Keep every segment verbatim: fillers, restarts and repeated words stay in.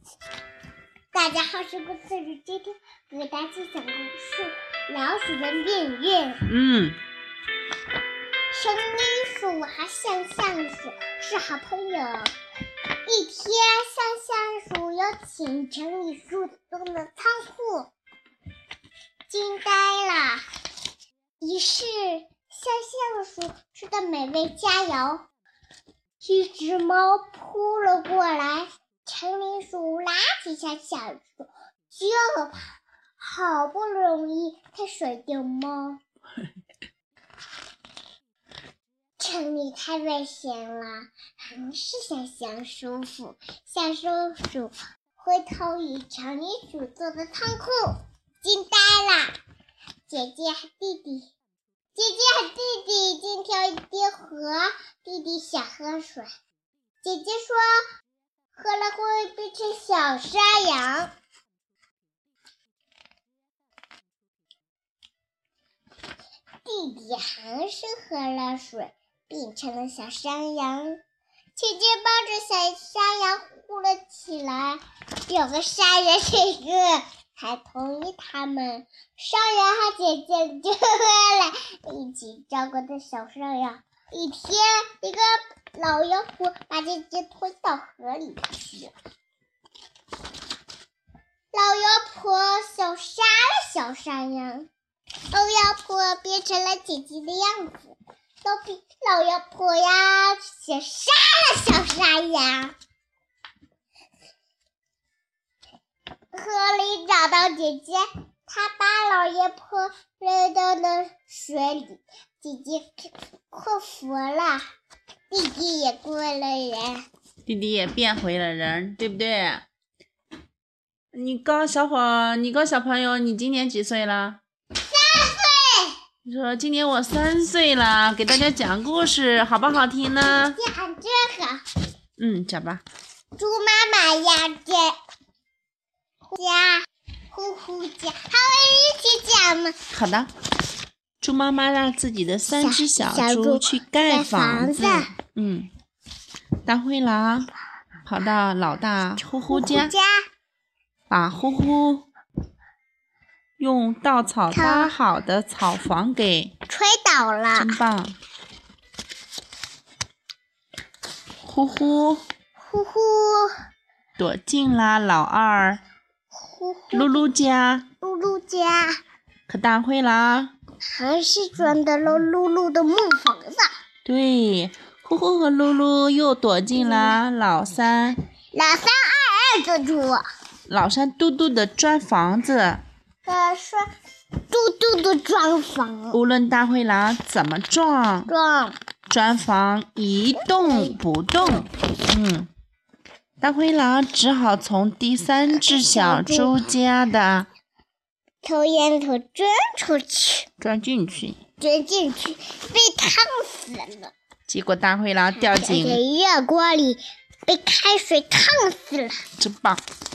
大家好，我是故事主今天给大家讲故事《老鼠的命运》。 嗯， 橙泥鼠和香香鼠是好朋友。一天，香香鼠要请橙泥鼠中的仓库，惊呆了。于是，香香鼠吃的美味佳肴，一只猫扑了过来。橙泥鼠拉起香香鼠就跑，好不容易才甩掉猫。城里太危险了，还是香香鼠服。香香鼠回头与橙泥鼠做的仓库，惊呆了。姐姐和弟弟，姐姐和弟弟进跳一条河，弟弟想喝水。姐姐说，喝了会变成小山羊。弟弟还是喝了水，变成了小山羊。姐姐抱着小山羊哭了起来。有个山人这个才同意他们。山羊和姐姐就来一起照顾的小山羊。一天，一个老妖婆把姐姐推到河里去了。老妖婆想杀了小山羊，老妖婆变成了姐姐的样子。老比老妖婆呀，想杀了小山羊。河里找到姐姐，她把老妖婆扔到了水里。姐姐克服了，弟弟也过了人， 弟弟也变回了人，对不对？你高小伙，你高小朋友，你今年几岁了？ 三岁。 你说今年我三岁了，给大家讲故事，好不好听呢？ 讲这个。 嗯，讲吧。 猪妈妈呀，这家，呼呼家，好，一起讲嘛。 好的。猪妈妈让自己的三只小猪小猪去盖房子。 房子嗯，大灰狼跑到老大呼呼家， 呼呼家把呼呼用稻草搭好的草房给吹倒了。 真棒！呼呼呼呼躲进了老二呼呼噜噜家， 噜噜家可大灰狼还是钻到了噜噜的木房子。 对，呼呼和噜噜又躲进了老三老三二二的猪， 老三嘟嘟的砖房子。 他说嘟嘟的砖房， 无论大灰狼怎么撞， 撞砖房一动不动。嗯，大灰狼只好从第三只小猪家的抽烟头钻出去， 钻进去， 钻进去被烫死了。 结果大灰狼掉进在热锅里被开水烫死了。 真棒！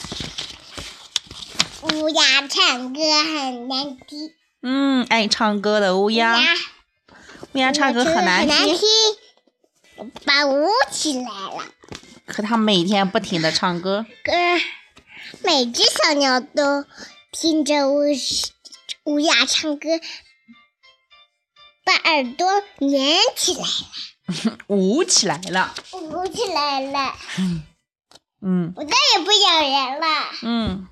乌鸦唱歌很难听。 嗯，爱唱歌的乌鸦，乌鸦唱歌很难听， 把捂起来了。 可它每天不停的唱歌。 呃，每只小鸟都听着乌乌鸦唱歌，把耳朵连起来了， 捂起来了， 捂起来了。 嗯， 我再也不咬人了。 嗯，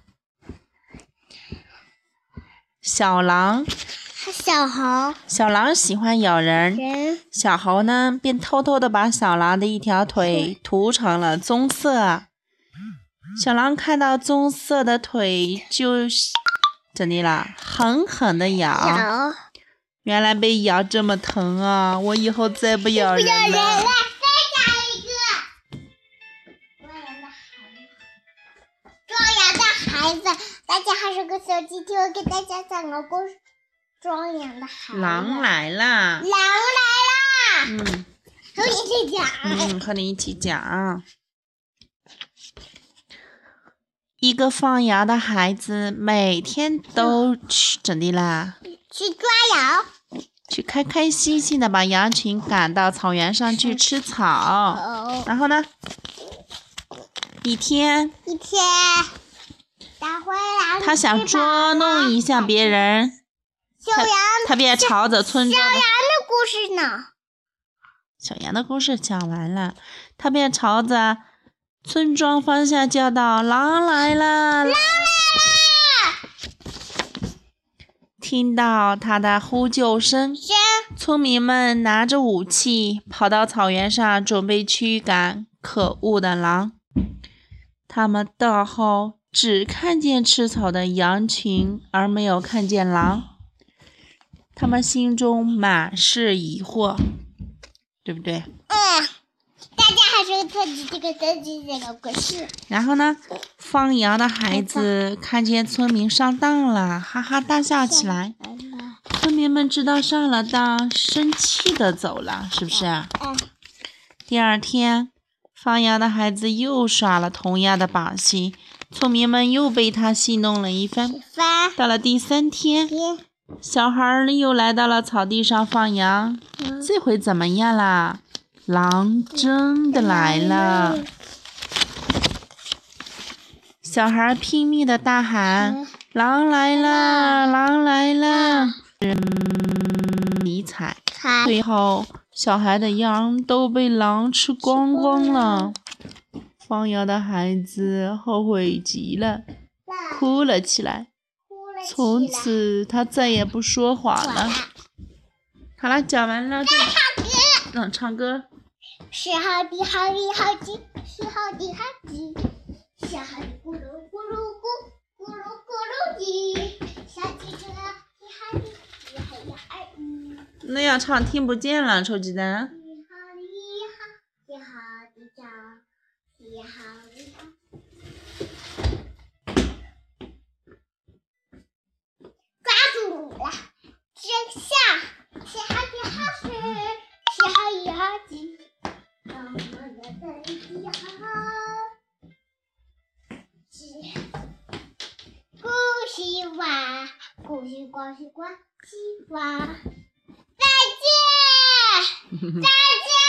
小狼小猴， 小狼喜欢咬人， 人小猴呢便偷偷的把小狼的一条腿涂成了棕色。小狼看到棕色的腿就怎的啦，狠狠的咬。 咬， 原来被咬这么疼啊！我以后再不咬人了。 不咬人了，再讲一个。庄园的孩子，庄园的孩子，大家好，是个小鸡，听我给大家讲个故事。庄园的孩子， 狼来啦！ 狼来啦！ 嗯， 和你一起讲。 嗯，和你一起讲。一个放羊的孩子每天都去怎的啦？ 去抓羊， 去开开心心的把羊群赶到草原上去吃草。 哦， 然后呢，一天， 一天天，大灰狼他想捉弄一下别人，他小羊， 他便朝着村小羊庄的的故事呢？ 小羊的故事讲完了，他便朝着村庄方向叫道：“狼来了！”狼来了！听到他的呼救声，村民们拿着武器跑到草原上，准备驱赶可恶的狼。他们到后只看见吃草的羊群，而没有看见狼。他们心中满是疑惑，对不对？ 嗯，大家还是特辑这个特辑这个故事。 然后呢，放羊的孩子看见村民上当了，哈哈大笑起来。村民们知道上了当，生气的走了，是不是啊？ 嗯。 第二天，放羊的孩子又耍了同样的把戏，村民们又被他戏弄了一番。到了第三天，小孩儿又来到了草地上放羊， 嗯、 这回怎么样啦？狼真的来了！小孩拼命的大喊：“ 嗯、 狼来了！狼来了！”人迷彩，最后小孩的羊都被狼吃光光了。放羊的孩子后悔极了，哭了起来。从此他再也不说谎了。好了，讲完了。嗯，唱歌。 是好的好的好的，是好的好的，小孩的咕噜咕噜咕，咕噜咕噜叽，小汽车，一哈的，一哈一哈一。 那样唱听不见了，臭鸡蛋。 一哈的一哈，一哈的叫，一哈的哈。抓住了，真相，是哈的哈是，是哈一哈的。故事完，故事关系关系完，再见，再见。